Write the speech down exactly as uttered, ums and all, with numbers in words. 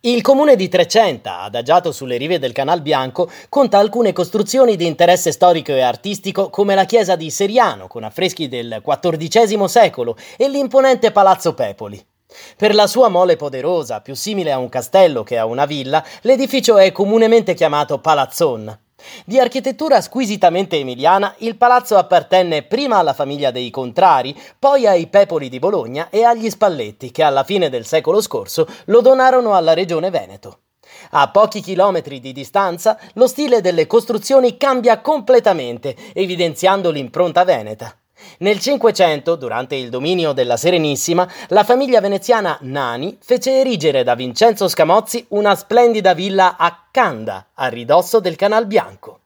Il comune di Trecenta, adagiato sulle rive del Canal Bianco, conta alcune costruzioni di interesse storico e artistico come la chiesa di Seriano, con affreschi del quattordicesimo secolo, e l'imponente Palazzo Pepoli. Per la sua mole poderosa, più simile a un castello che a una villa, l'edificio è comunemente chiamato Palazzon. Di architettura squisitamente emiliana, il palazzo appartenne prima alla famiglia dei Contrari, poi ai Pepoli di Bologna e agli Spalletti, che alla fine del secolo scorso lo donarono alla regione Veneto. A pochi chilometri di distanza, lo stile delle costruzioni cambia completamente, evidenziando l'impronta veneta. Nel Cinquecento, durante il dominio della Serenissima, la famiglia veneziana Nani fece erigere da Vincenzo Scamozzi una splendida villa a Canda, a ridosso del Canal Bianco.